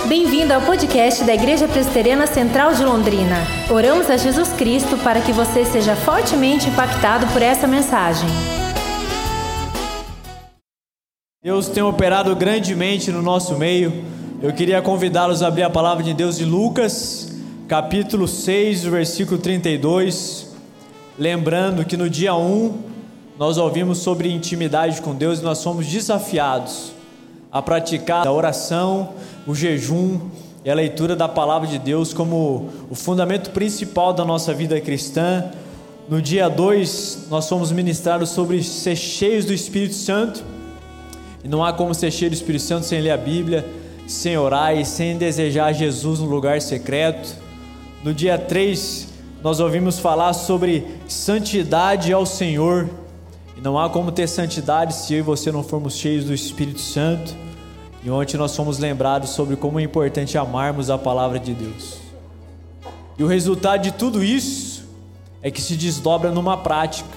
Bem-vindo ao podcast da Igreja Presbiteriana Central de Londrina. Oramos a Jesus Cristo para que você seja fortemente impactado por essa mensagem. Deus tem operado grandemente no nosso meio. Eu queria convidá-los a abrir a palavra de Deus de Lucas, capítulo 6, versículo 32. Lembrando que no dia 1, nós ouvimos sobre intimidade com Deus e nós fomos desafiados a praticar a oração, o jejum e a leitura da palavra de Deus como o fundamento principal da nossa vida cristã. No dia 2, nós fomos ministrados sobre ser cheios do Espírito Santo. E não há como ser cheio do Espírito Santo sem ler a Bíblia, sem orar e sem desejar Jesus no lugar secreto. No dia 3, nós ouvimos falar sobre santidade ao Senhor. E não há como ter santidade se eu e você não formos cheios do Espírito Santo. E ontem nós fomos lembrados sobre como é importante amarmos a palavra de Deus. E o resultado de tudo isso é que se desdobra numa prática.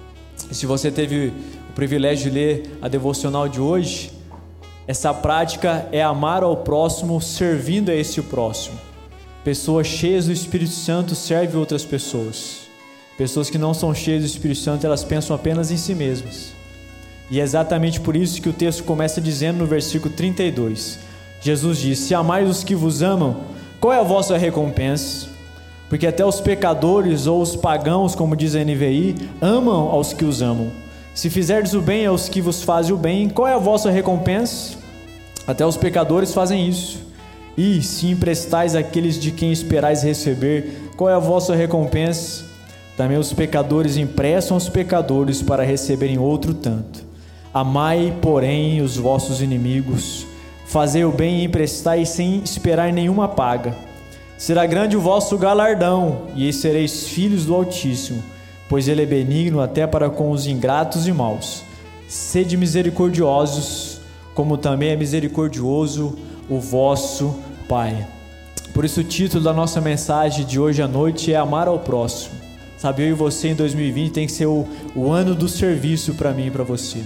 E se você teve o privilégio de ler a devocional de hoje, essa prática é amar ao próximo servindo a esse próximo. Pessoas cheias do Espírito Santo servem outras pessoas. Pessoas que não são cheias do Espírito Santo, elas pensam apenas em si mesmas. E é exatamente por isso que o texto começa dizendo no versículo 32. Jesus diz: se amais os que vos amam, qual é a vossa recompensa? Porque até os pecadores ou os pagãos, como diz a NVI, amam aos que os amam. Se fizerdes o bem aos que vos fazem o bem, qual é a vossa recompensa? Até os pecadores fazem isso. E se emprestais àqueles de quem esperais receber, qual é a vossa recompensa? Também os pecadores emprestam aos pecadores para receberem outro tanto. Amai, porém, os vossos inimigos, fazei o bem e emprestai sem esperar nenhuma paga. Será grande o vosso galardão, e sereis filhos do Altíssimo, pois ele é benigno até para com os ingratos e maus. Sede misericordiosos, como também é misericordioso o vosso Pai. Por isso o título da nossa mensagem de hoje à noite é Amar ao Próximo. Sabe, eu e você em 2020 tem que ser o ano do serviço para mim e para você.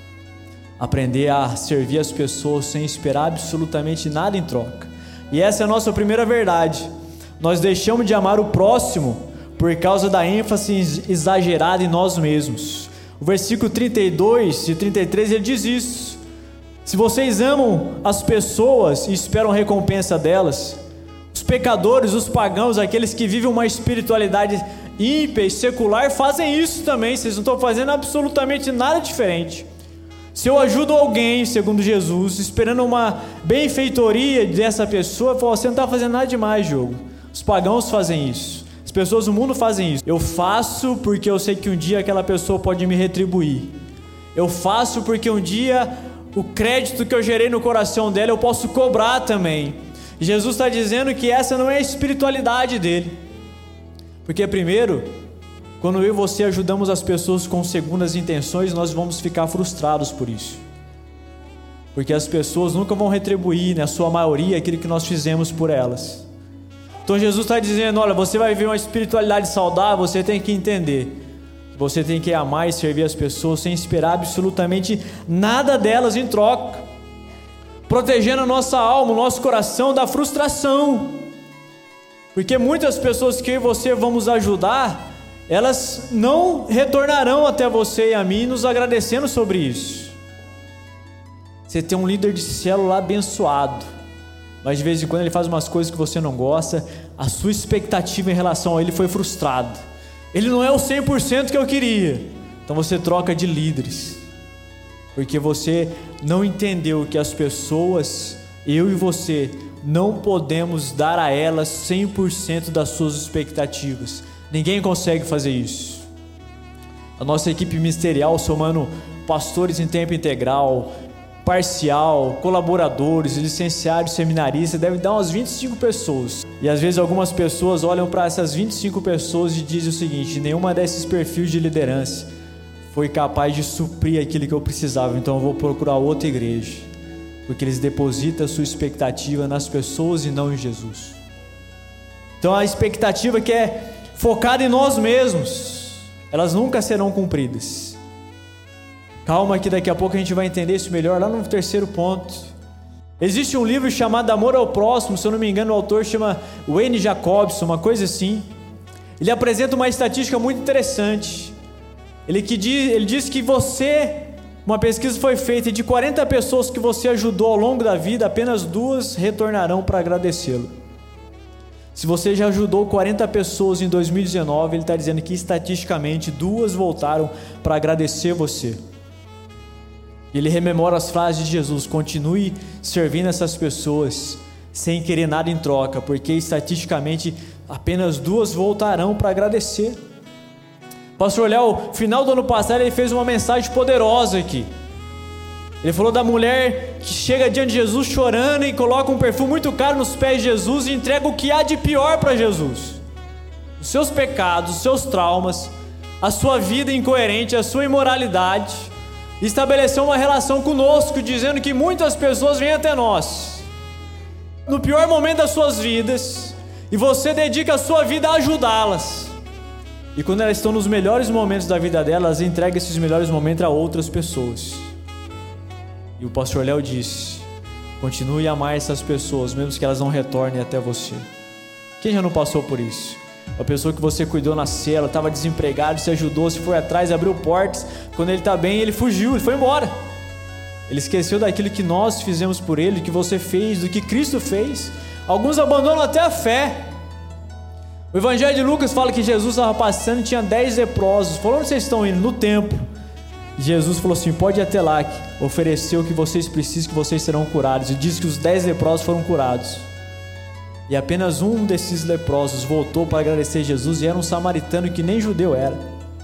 Aprender a servir as pessoas sem esperar absolutamente nada em troca. E essa é a nossa primeira verdade. Nós deixamos de amar o próximo por causa da ênfase exagerada em nós mesmos. O versículo 32 e 33 ele diz isso. Se vocês amam as pessoas e esperam recompensa delas, os pecadores, os pagãos, aqueles que vivem uma espiritualidade ímpia e secular fazem isso também. Vocês não estão fazendo absolutamente nada diferente. Se eu ajudo alguém, segundo Jesus, esperando uma benfeitoria dessa pessoa, você não está fazendo nada demais, Diogo. Os pagãos fazem isso. As pessoas do mundo fazem isso. Eu faço porque eu sei que um dia aquela pessoa pode me retribuir. Eu faço porque um dia o crédito que eu gerei no coração dela eu posso cobrar também. Jesus está dizendo que essa não é a espiritualidade dele. Porque primeiro, quando eu e você ajudamos as pessoas com segundas intenções, nós vamos ficar frustrados por isso. Porque as pessoas nunca vão retribuir, na sua maioria, aquilo que nós fizemos por elas. Então Jesus está dizendo, olha, você vai viver uma espiritualidade saudável, você tem que entender. Você tem que amar e servir as pessoas sem esperar absolutamente nada delas em troca. Protegendo a nossa alma, o nosso coração da frustração. Porque muitas pessoas que eu e você vamos ajudar, elas não retornarão até você e a mim nos agradecendo sobre isso. Você tem um líder de célula abençoado, mas de vez em quando ele faz umas coisas que você não gosta, a sua expectativa em relação a ele foi frustrada. Ele não é o 100% que eu queria. Então você troca de líderes, porque você não entendeu que as pessoas, eu e você, não podemos dar a elas 100% das suas expectativas. Ninguém consegue fazer isso. A nossa equipe ministerial, somando pastores em tempo integral, parcial, colaboradores, licenciados, seminaristas, deve dar umas 25 pessoas. E às vezes algumas pessoas olham para essas 25 pessoas e dizem o seguinte: nenhuma desses perfis de liderança foi capaz de suprir aquilo que eu precisava, então eu vou procurar outra igreja. Porque eles depositam a sua expectativa nas pessoas e não em Jesus. Então a expectativa que é focada em nós mesmos, elas nunca serão cumpridas. Calma que daqui a pouco a gente vai entender isso melhor lá no terceiro ponto. Existe um livro chamado Amor ao Próximo, se eu não me engano o autor chama Wayne Jacobson, uma coisa assim. Ele apresenta uma estatística muito interessante. Ele diz que uma pesquisa foi feita e de 40 pessoas que você ajudou ao longo da vida, apenas 2 retornarão para agradecê-lo. Se você já ajudou 40 pessoas em 2019, ele está dizendo que estatisticamente 2 voltaram para agradecer você. Ele rememora as frases de Jesus: continue servindo essas pessoas sem querer nada em troca, porque estatisticamente apenas 2 voltarão para agradecer. Pastor Léo, final do ano passado, ele fez uma mensagem poderosa aqui. Ele falou da mulher que chega diante de Jesus chorando e coloca um perfume muito caro nos pés de Jesus e entrega o que há de pior para Jesus: os seus pecados, os seus traumas, a sua vida incoerente, a sua imoralidade. Estabeleceu uma relação conosco, dizendo que muitas pessoas vêm até nós no pior momento das suas vidas, e você dedica a sua vida a ajudá-las. E quando elas estão nos melhores momentos da vida delas, entrega esses melhores momentos a outras pessoas. E o pastor Léo disse: continue a amar essas pessoas, mesmo que elas não retornem até você. Quem já não passou por isso? A pessoa que você cuidou na cela, estava desempregado, se ajudou, se foi atrás, abriu portas. Quando ele está bem, ele fugiu, ele foi embora. Ele esqueceu daquilo que nós fizemos por ele, do que você fez, do que Cristo fez. Alguns abandonam até a fé. O Evangelho de Lucas fala que Jesus estava passando e tinha 10 leprosos. Falou: onde vocês estão indo? No templo. E Jesus falou assim: pode ir até lá, oferecer o que vocês precisam, que vocês serão curados. E diz que os 10 leprosos foram curados. E apenas um desses leprosos voltou para agradecer Jesus, e era um samaritano que nem judeu era.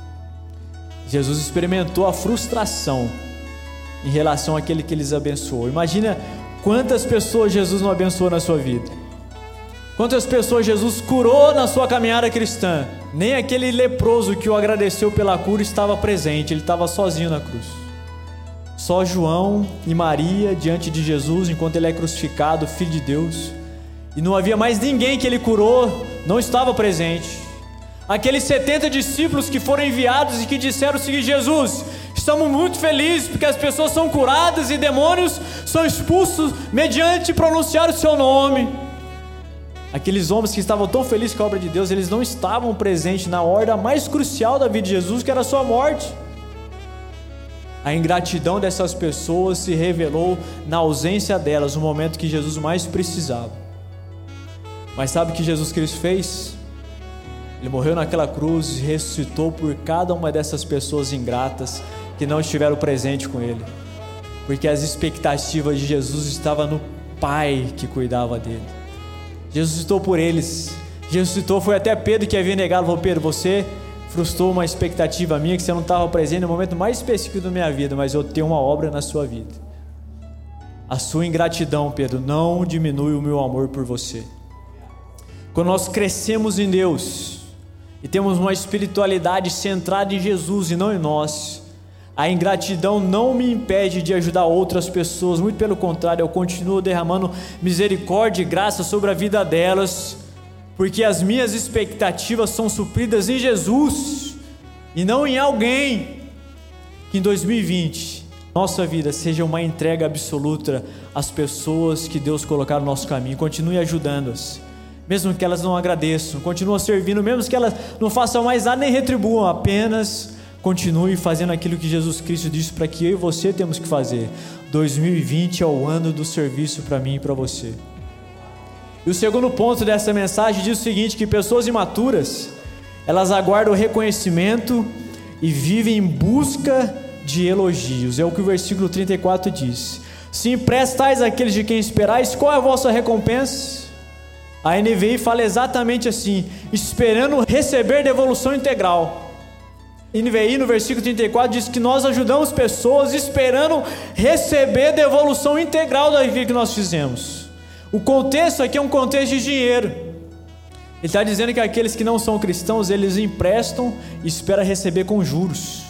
Jesus experimentou a frustração em relação àquele que eles abençoou. Imagina quantas pessoas Jesus não abençoou na sua vida. Quantas pessoas Jesus curou na sua caminhada cristã. Nem aquele leproso que o agradeceu pela cura estava presente, ele estava sozinho na cruz. Só João e Maria diante de Jesus enquanto ele é crucificado, Filho de Deus. E não havia mais ninguém que ele curou, não estava presente. Aqueles 70 discípulos que foram enviados e que disseram o seguinte: Jesus, estamos muito felizes porque as pessoas são curadas e demônios são expulsos mediante pronunciar o seu nome. Aqueles homens que estavam tão felizes com a obra de Deus, eles não estavam presentes na hora mais crucial da vida de Jesus, que era a sua morte. A ingratidão dessas pessoas se revelou na ausência delas, no momento que Jesus mais precisava. Mas sabe o que Jesus Cristo fez? Ele morreu naquela cruz e ressuscitou por cada uma dessas pessoas ingratas que não estiveram presentes com Ele, porque as expectativas de Jesus estavam no Pai que cuidava dele. Jesus ressuscitou por eles. Jesus ressuscitou, foi até Pedro que havia negado. Falou: Pedro, você frustrou uma expectativa minha, que você não estava presente no momento mais específico da minha vida, mas eu tenho uma obra na sua vida. A sua ingratidão, Pedro, não diminui o meu amor por você. Quando nós crescemos em Deus e temos uma espiritualidade centrada em Jesus e não em nós, a ingratidão não me impede de ajudar outras pessoas, muito pelo contrário, eu continuo derramando misericórdia e graça sobre a vida delas, porque as minhas expectativas são supridas em Jesus e não em alguém. Que em 2020 nossa vida seja uma entrega absoluta às pessoas que Deus colocar no nosso caminho. Continue ajudando-as, mesmo que elas não agradeçam. Continue servindo, mesmo que elas não façam mais nada nem retribuam. Apenas continue fazendo aquilo que Jesus Cristo disse para que eu e você temos que fazer. 2020 é o ano do serviço para mim e para você. E o segundo ponto dessa mensagem diz o seguinte: que pessoas imaturas, elas aguardam o reconhecimento e vivem em busca de elogios. É o que o versículo 34 diz: se emprestais àqueles de quem esperais, qual é a vossa recompensa? A NVI fala exatamente assim: esperando receber devolução integral. NVI no versículo 34 diz que nós ajudamos pessoas esperando receber devolução integral daquilo que nós fizemos. O contexto aqui é um contexto de dinheiro. Ele está dizendo que aqueles que não são cristãos, eles emprestam e esperam receber com juros.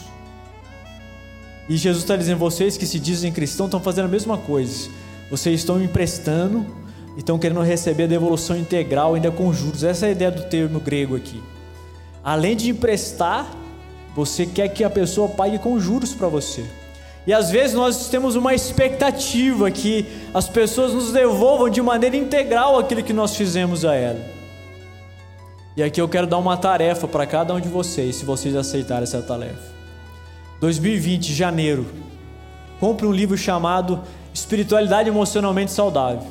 E Jesus está dizendo: vocês que se dizem cristãos estão fazendo a mesma coisa. Vocês estão emprestando e estão querendo receber a devolução integral ainda com juros. Essa é a ideia do termo grego aqui. Além de emprestar, você quer que a pessoa pague com juros para você. E às vezes nós temos uma expectativa que as pessoas nos devolvam de maneira integral aquilo que nós fizemos a ela. E aqui eu quero dar uma tarefa para cada um de vocês, se vocês aceitarem essa tarefa. 2020, janeiro, compre um livro chamado Espiritualidade Emocionalmente Saudável.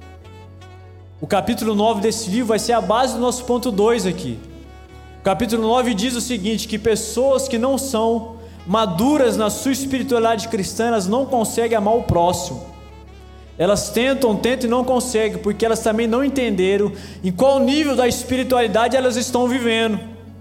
O capítulo 9 desse livro vai ser a base do nosso ponto 2 aqui. O capítulo 9 diz o seguinte, que pessoas que não são maduras na sua espiritualidade cristã, elas não conseguem amar o próximo. Elas tentam e não conseguem, porque elas também não entenderam em qual nível da espiritualidade elas estão vivendo.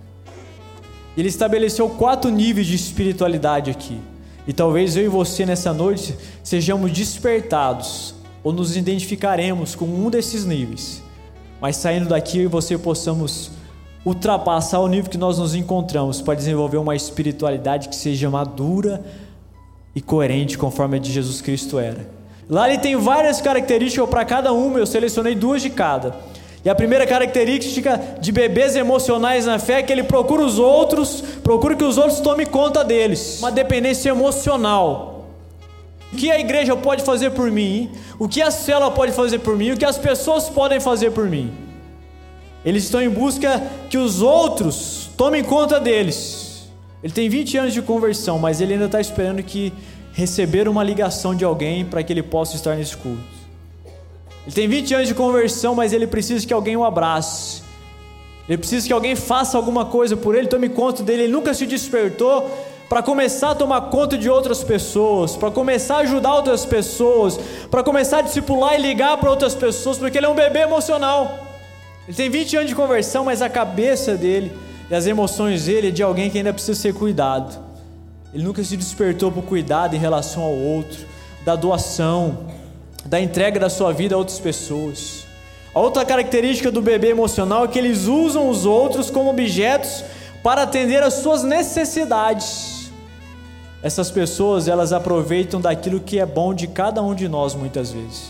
Ele estabeleceu 4 níveis de espiritualidade aqui. E talvez eu e você nessa noite sejamos despertados, ou nos identificaremos com um desses níveis. Mas saindo daqui eu e você possamos ultrapassar o nível que nós nos encontramos para desenvolver uma espiritualidade que seja madura e coerente conforme a de Jesus Cristo era. Lá ele tem várias características para cada uma, eu selecionei 2 de cada. E a primeira característica de bebês emocionais na fé é que ele procura que os outros tomem conta deles. Uma dependência emocional. O que a igreja pode fazer por mim? O que a célula pode fazer por mim? O que as pessoas podem fazer por mim? Eles estão em busca que os outros tomem conta deles. Ele tem 20 anos de conversão, mas ele ainda está esperando que receber uma ligação de alguém para que ele possa estar nesse culto. Ele tem 20 anos de conversão, mas ele precisa que alguém o abrace. Ele precisa que alguém faça alguma coisa por ele, tome conta dele. Ele nunca se despertou para começar a tomar conta de outras pessoas, para começar a ajudar outras pessoas, para começar a discipular e ligar para outras pessoas, porque ele é um bebê emocional. Ele tem 20 anos de conversão, mas a cabeça dele e as emoções dele é de alguém que ainda precisa ser cuidado. Ele nunca se despertou para o cuidado em relação ao outro, da doação, da entrega da sua vida a outras pessoas. A outra característica do bebê emocional é que eles usam os outros como objetos para atender às suas necessidades. Essas pessoas, elas aproveitam daquilo que é bom de cada um de nós muitas vezes.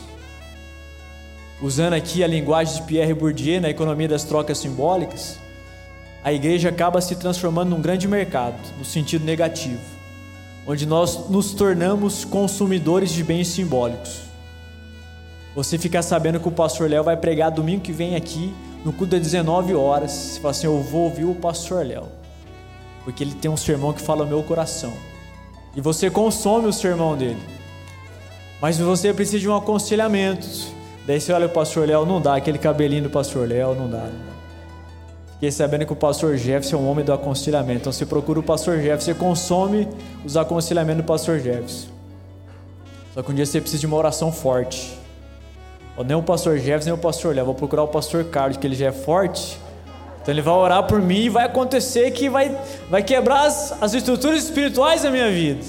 Usando aqui a linguagem de Pierre Bourdieu na economia das trocas simbólicas, a igreja acaba se transformando num grande mercado, no sentido negativo, onde nós nos tornamos consumidores de bens simbólicos. Você ficar sabendo que o pastor Léo vai pregar domingo que vem aqui, no culto das 19 horas, você fala assim, eu vou ouvir o pastor Léo, porque ele tem um sermão que fala ao meu coração, e você consome o sermão dele, mas você precisa de um aconselhamento. Daí você olha o pastor Léo, não dá, aquele cabelinho do pastor Léo, não dá. Fiquei sabendo que o pastor Jefferson é um homem do aconselhamento. Então você procura o pastor Jefferson, você consome os aconselhamentos do pastor Jefferson. Só que um dia você precisa de uma oração forte. Ou nem o pastor Jefferson, nem o pastor Léo. Vou procurar o pastor Carlos, que ele já é forte. Então ele vai orar por mim e vai acontecer que vai quebrar as estruturas espirituais da minha vida.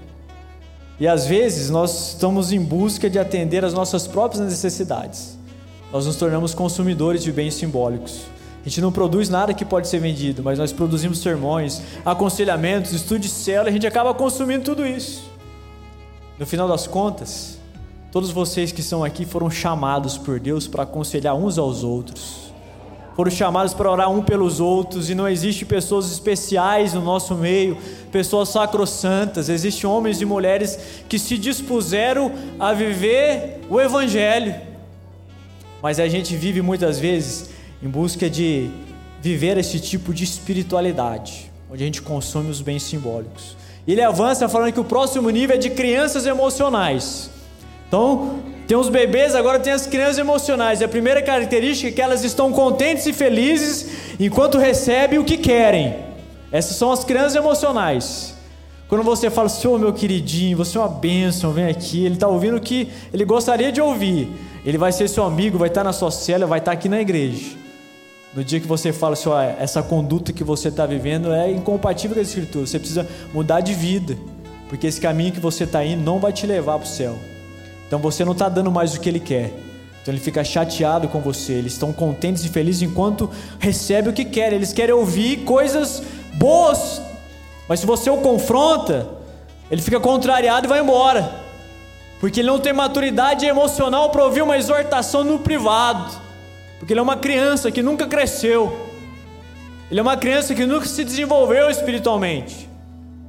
E às vezes nós estamos em busca de atender às nossas próprias necessidades. Nós nos tornamos consumidores de bens simbólicos. A gente não produz nada que pode ser vendido, mas nós produzimos sermões, aconselhamentos, estudo de célula, a gente acaba consumindo tudo isso. No final das contas, todos vocês que estão aqui foram chamados por Deus para aconselhar uns aos outros. Foram chamados para orar um pelos outros, e não existe pessoas especiais no nosso meio, pessoas sacrossantas. Existem homens e mulheres que se dispuseram a viver o Evangelho. Mas a gente vive muitas vezes em busca de viver esse tipo de espiritualidade, onde a gente consome os bens simbólicos. Ele avança falando que o próximo nível é de crianças emocionais. Então, tem os bebês, agora tem as crianças emocionais. E a primeira característica é que elas estão contentes e felizes enquanto recebem o que querem. Essas são as crianças emocionais. Quando você fala, Senhor, meu queridinho, você é uma bênção, vem aqui. Ele está ouvindo o que ele gostaria de ouvir. Ele vai ser seu amigo, vai estar na sua célula, vai estar aqui na igreja. No dia que você fala, Senhor, essa conduta que você está vivendo é incompatível com a Escritura, você precisa mudar de vida, porque esse caminho que você está indo não vai te levar para o céu. Então você não está dando mais o que Ele quer. Então Ele fica chateado com você. Eles estão contentes e felizes enquanto recebem o que querem. Eles querem ouvir coisas boas, mas se você o confronta, ele fica contrariado e vai embora, porque ele não tem maturidade emocional para ouvir uma exortação no privado. Porque ele é uma criança que nunca cresceu. Ele é uma criança que nunca se desenvolveu espiritualmente.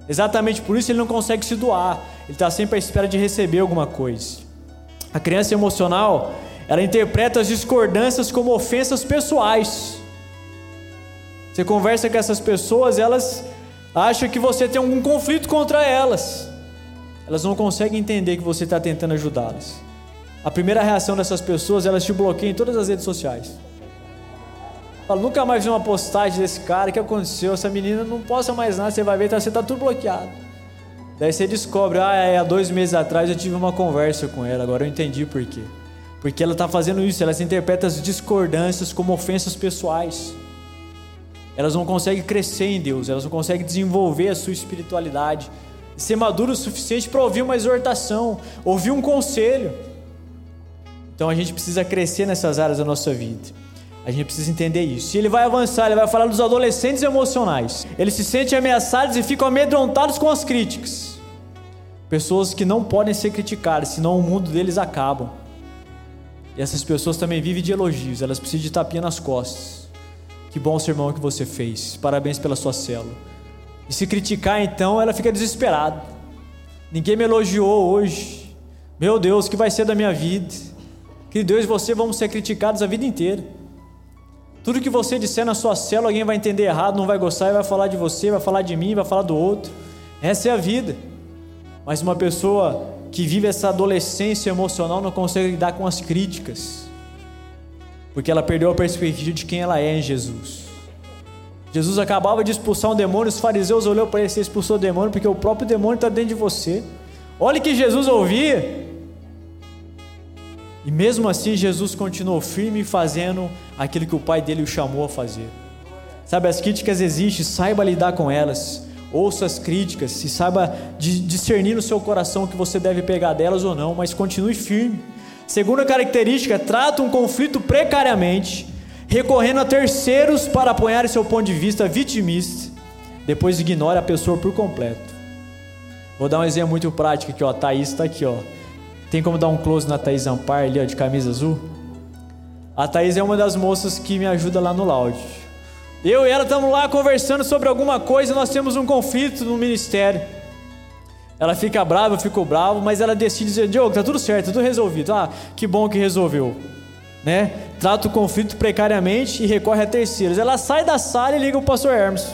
Exatamente por isso ele não consegue se doar. Ele está sempre à espera de receber alguma coisa. A criança emocional, ela interpreta as discordâncias como ofensas pessoais. Você conversa com essas pessoas, elas acham que você tem algum conflito contra elas. Elas não conseguem entender que você está tentando ajudá-las. A primeira reação dessas pessoas, elas te bloqueiam em todas as redes sociais. Fala, nunca mais vi uma postagem desse cara, o que aconteceu? Essa menina não posta mais nada, você vai ver, você está tudo bloqueado. Daí você descobre, há 2 meses atrás eu tive uma conversa com ela, agora eu entendi por quê. Porque ela está fazendo isso, ela se interpreta as discordâncias como ofensas pessoais. Elas não conseguem crescer em Deus, elas não conseguem desenvolver a sua espiritualidade, ser maduro o suficiente para ouvir uma exortação, ouvir um conselho. Então a gente precisa crescer nessas áreas da nossa vida. A gente precisa entender isso. E ele vai avançar, ele vai falar dos adolescentes emocionais. Eles se sentem ameaçados e ficam amedrontados com as críticas. Pessoas que não podem ser criticadas, senão o mundo deles acaba. E essas pessoas também vivem de elogios, elas precisam de tapinha nas costas. Que bom sermão que você fez, parabéns pela sua célula. E se criticar então, ela fica desesperada. Ninguém me elogiou hoje. Meu Deus, o que vai ser da minha vida? Que Deus e você vamos ser criticados a vida inteira. Tudo que você disser na sua célula, alguém vai entender errado, não vai gostar e vai falar de você, vai falar de mim, vai falar do outro. Essa é a vida. Mas uma pessoa que vive essa adolescência emocional não consegue lidar com as críticas, porque ela perdeu a perspectiva de quem ela é em Jesus. Jesus acabava de expulsar um demônio, os fariseus olharam para ele: você expulsou o demônio porque o próprio demônio está dentro de você. Olha que Jesus ouvia. E mesmo assim Jesus continuou firme fazendo aquilo que o pai dele o chamou a fazer. Sabe, as críticas existem, saiba lidar com elas. Ouça as críticas e saiba discernir no seu coração o que você deve pegar delas ou não, mas continue firme. Segunda característica, trata um conflito precariamente, recorrendo a terceiros para apoiar seu ponto de vista vitimista. Depois ignore a pessoa por completo. Vou dar um exemplo muito prático aqui, ó. A Thaís está aqui, ó. Tem como dar um close na Thaís Ampar ali, ó, de camisa azul? A Thaís é uma das moças que me ajuda lá no Loud. Eu e ela estamos lá conversando sobre alguma coisa, nós temos um conflito no ministério. Ela fica brava, eu fico bravo, mas ela decide dizer: Diogo, tá tudo certo, tudo resolvido. Ah, que bom que resolveu, né? Trata o conflito precariamente e recorre a terceiros. Ela sai da sala e liga pro pastor Hermes.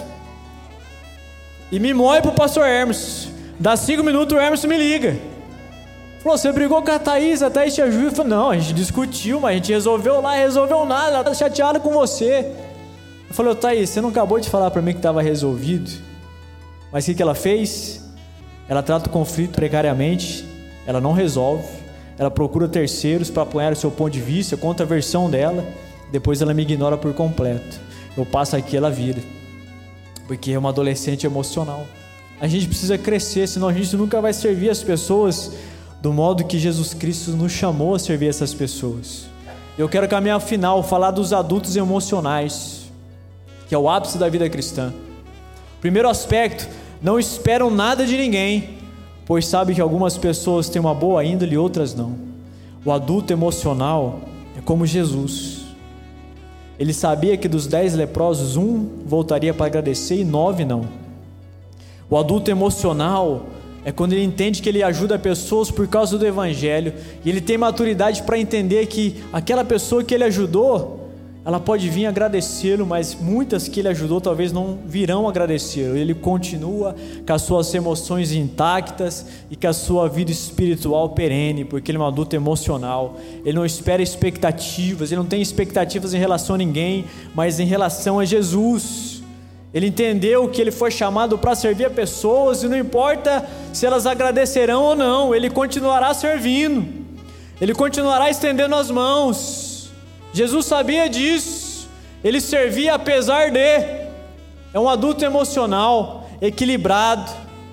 E me moe pro pastor Hermes. Dá 5 minutos, o Hermes me liga. Falou: você brigou com a Thaís te ajuda? Eu falei: não, a gente discutiu, mas a gente resolveu nada, ela tá chateada com você. Eu falei: Thaís, você não acabou de falar para mim que estava resolvido? Mas o que ela fez? Ela trata o conflito precariamente, ela não resolve, ela procura terceiros para apoiar o seu ponto de vista, contra a versão dela, depois ela me ignora por completo. Eu passo aqui, ela vira, porque é uma adolescente emocional. A gente precisa crescer, senão a gente nunca vai servir as pessoas do modo que Jesus Cristo nos chamou a servir essas pessoas. Eu quero caminhar ao final, falar dos adultos emocionais, que é o ápice da vida cristã. Primeiro aspecto, não esperam nada de ninguém, pois sabe que algumas pessoas têm uma boa índole e outras não. O adulto emocional é como Jesus. Ele sabia que dos 10 leprosos, 1 voltaria para agradecer e 9 não. O adulto emocional é quando ele entende que ele ajuda pessoas por causa do evangelho, e ele tem maturidade para entender que aquela pessoa que ele ajudou, ela pode vir agradecê-lo, mas muitas que ele ajudou talvez não virão agradecê-lo. Ele continua com as suas emoções intactas e com a sua vida espiritual perene, porque ele é um adulto emocional. Ele não espera expectativas, ele não tem expectativas em relação a ninguém, mas em relação a Jesus. Ele entendeu que ele foi chamado para servir a pessoas, e não importa se elas agradecerão ou não, ele continuará servindo, ele continuará estendendo as mãos. Jesus sabia disso, ele servia apesar de. É um adulto emocional, equilibrado.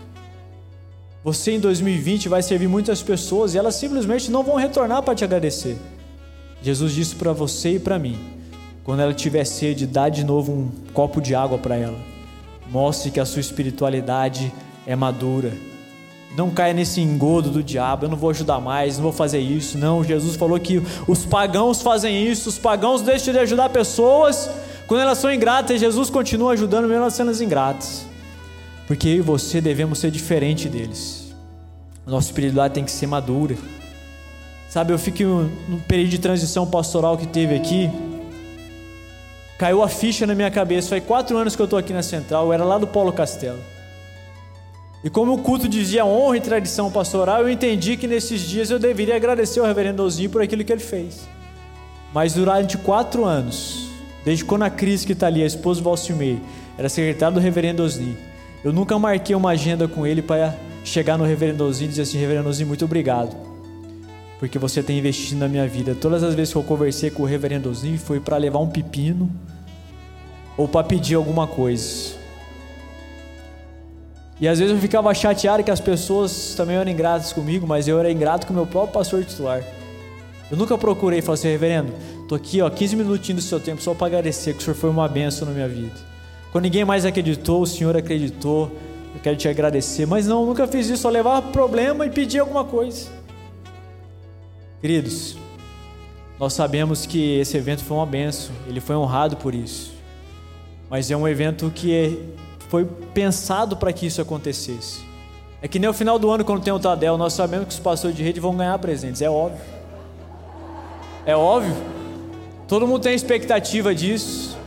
Você em 2020 vai servir muitas pessoas e elas simplesmente não vão retornar para te agradecer. Jesus disse para você e para mim: quando ela tiver sede, dá de novo um copo de água para ela. Mostre que a sua espiritualidade é madura. Não caia nesse engodo do diabo: eu não vou ajudar mais, não vou fazer isso. Não, Jesus falou que os pagãos fazem isso. Os pagãos deixam de ajudar pessoas quando elas são ingratas, e Jesus continua ajudando mesmo elas sendo ingratas. porque eu e você devemos ser diferente deles. A nossa espiritualidade tem que ser madura. Sabe, eu fico num período de transição pastoral que teve aqui, caiu a ficha na minha cabeça. Faz 4 anos que eu estou aqui na Central, eu era lá do Paulo Castelo. E como o culto dizia honra e tradição pastoral, eu entendi que nesses dias eu deveria agradecer ao reverendo Osni por aquilo que ele fez. Mas durante 4 anos, desde quando a Cris, que está ali, a esposa do Valcimei, era secretária do reverendo Osni, eu nunca marquei uma agenda com ele para chegar no reverendo Osni e dizer assim: reverendo Osni, muito obrigado, porque você tem investido na minha vida. Todas as vezes que eu conversei com o reverendo Osni foi para levar um pepino ou para pedir alguma coisa. E às vezes eu ficava chateado que as pessoas também eram ingratas comigo, mas eu era ingrato com o meu próprio pastor titular. Eu nunca procurei e falei assim: reverendo, estou aqui 15 minutinhos do seu tempo só para agradecer que o senhor foi uma bênção na minha vida. Quando ninguém mais acreditou, o senhor acreditou, eu quero te agradecer. Mas não, nunca fiz isso, só levava problema e pedia alguma coisa. Queridos, nós sabemos que esse evento foi uma bênção, ele foi honrado por isso, mas é um evento que foi pensado para que isso acontecesse. É que nem o final do ano, quando tem o Tadel, nós sabemos que os pastores de rede vão ganhar presentes, é óbvio. É óbvio. Todo mundo tem expectativa disso.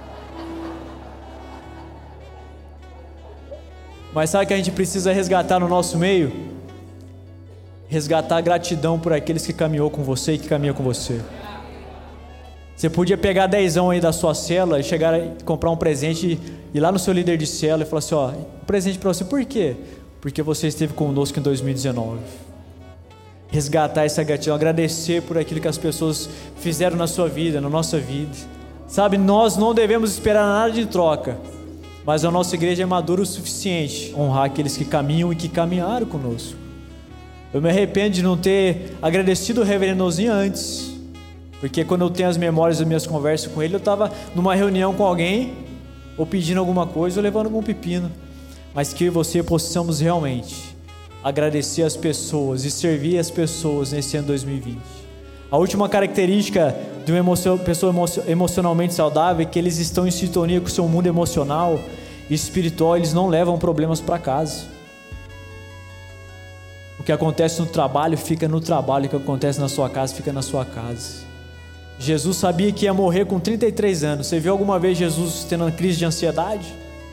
Mas sabe o que a gente precisa resgatar no nosso meio? Resgatar a gratidão por aqueles que caminhou com você e que caminham com você. Você podia pegar 10 aí da sua célula e chegar e comprar um presente e ir lá no seu líder de célula e falar assim: ó, um presente para você. Por quê? Porque você esteve conosco em 2019. Resgatar essa gratidão, agradecer por aquilo que as pessoas fizeram na sua vida, na nossa vida. Sabe, nós não devemos esperar nada de troca, mas a nossa igreja é madura o suficiente honrar aqueles que caminham e que caminharam conosco. Eu me arrependo de não ter agradecido o reverendo Ozinho antes, porque quando eu tenho as memórias das minhas conversas com ele, eu estava numa reunião com alguém, ou pedindo alguma coisa, ou levando algum pepino. Mas que eu e você possamos realmente agradecer as pessoas e servir as pessoas nesse ano 2020. A última característica de uma pessoa emocionalmente saudável é que eles estão em sintonia com o seu mundo emocional e espiritual. Eles não levam problemas para casa. O que acontece no trabalho fica no trabalho, o que acontece na sua casa fica na sua casa. Jesus sabia que ia morrer com 33 anos. Você viu alguma vez Jesus tendo uma crise de ansiedade?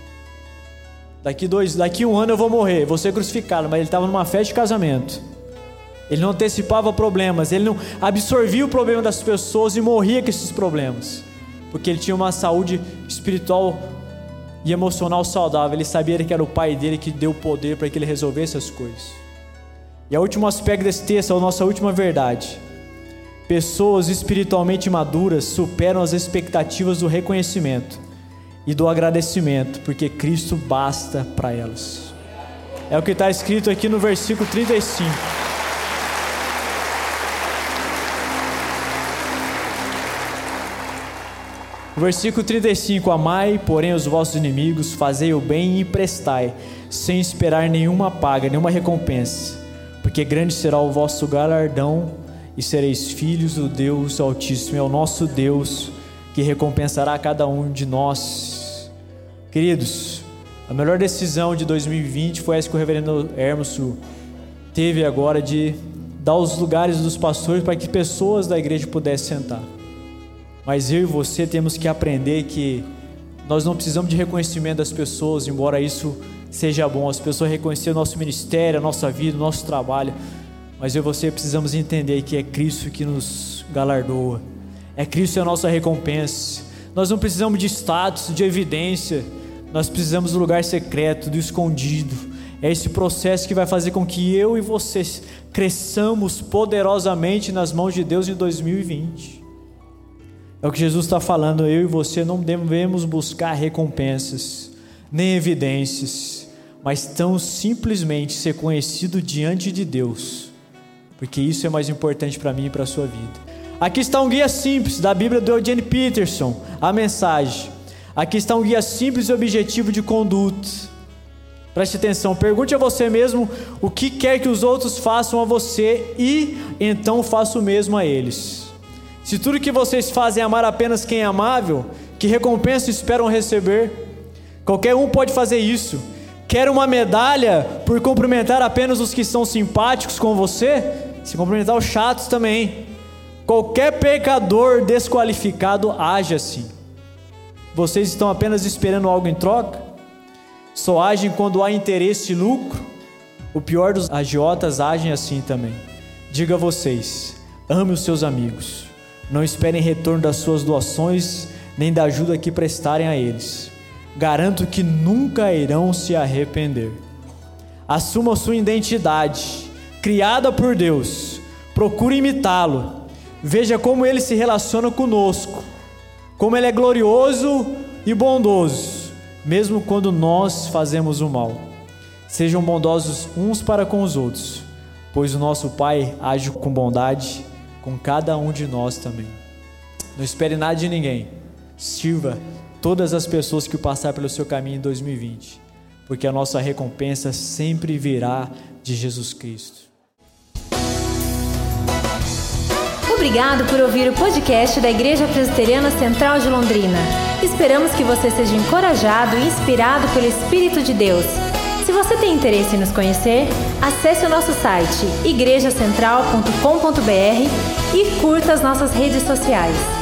Daqui 1 ano eu vou morrer, vou ser crucificado. Mas ele estava numa festa de casamento. Ele não antecipava problemas, ele não absorvia o problema das pessoas e morria com esses problemas, porque ele tinha uma saúde espiritual e emocional saudável. Ele sabia que era o Pai dele que deu o poder para que ele resolvesse as coisas. E o último aspecto desse texto, a nossa última verdade: pessoas espiritualmente maduras superam as expectativas do reconhecimento e do agradecimento, porque Cristo basta para elas. É o que está escrito aqui no versículo 35. O versículo 35: amai, porém, os vossos inimigos, fazei o bem e emprestai, sem esperar nenhuma paga, nenhuma recompensa, porque grande será o vosso galardão, e sereis filhos do Deus Altíssimo. É o nosso Deus que recompensará cada um de nós. Queridos, a melhor decisão de 2020 foi essa que o reverendo Hermes teve agora, de dar os lugares dos pastores para que pessoas da igreja pudessem sentar. Mas eu e você temos que aprender que nós não precisamos de reconhecimento das pessoas, embora isso seja bom, as pessoas reconhecerem o nosso ministério, a nossa vida, o nosso trabalho. Mas eu e você precisamos entender que é Cristo que nos galardoa, é Cristo a nossa recompensa. Nós não precisamos de status, de evidência, nós precisamos do lugar secreto, do escondido. É esse processo que vai fazer com que eu e você cresçamos poderosamente nas mãos de Deus em 2020. É o que Jesus está falando. Eu e você não devemos buscar recompensas, nem evidências, mas tão simplesmente ser conhecido diante de Deus, porque isso é mais importante para mim e para a sua vida. Aqui está um guia simples da Bíblia do Eugene Peterson, a mensagem. Aqui está um guia simples e objetivo de conduta. Preste atenção, pergunte a você mesmo o que quer que os outros façam a você e então faça o mesmo a eles. Se tudo que vocês fazem é amar apenas quem é amável, que recompensa esperam receber? Qualquer um pode fazer isso. Quer uma medalha por cumprimentar apenas os que são simpáticos com você? Se cumprimentar os chatos também. Qualquer pecador desqualificado age assim. Vocês estão apenas esperando algo em troca? Só agem quando há interesse e lucro? O pior dos agiotas agem assim também. Diga a vocês: ame os seus amigos. Não esperem retorno das suas doações, nem da ajuda que prestarem a eles. Garanto que nunca irão se arrepender. Assuma sua identidade, criada por Deus. Procure imitá-lo. Veja como ele se relaciona conosco, como ele é glorioso e bondoso, mesmo quando nós fazemos o mal. Sejam bondosos uns para com os outros, pois o nosso Pai age com bondade com cada um de nós também. Não espere nada de ninguém. Sirva todas as pessoas que passar pelo seu caminho em 2020, porque a nossa recompensa sempre virá de Jesus Cristo. Obrigado por ouvir o podcast da Igreja Presbiteriana Central de Londrina. Esperamos que você seja encorajado e inspirado pelo Espírito de Deus. Se você tem interesse em nos conhecer, acesse o nosso site igrejacentral.com.br e curta as nossas redes sociais.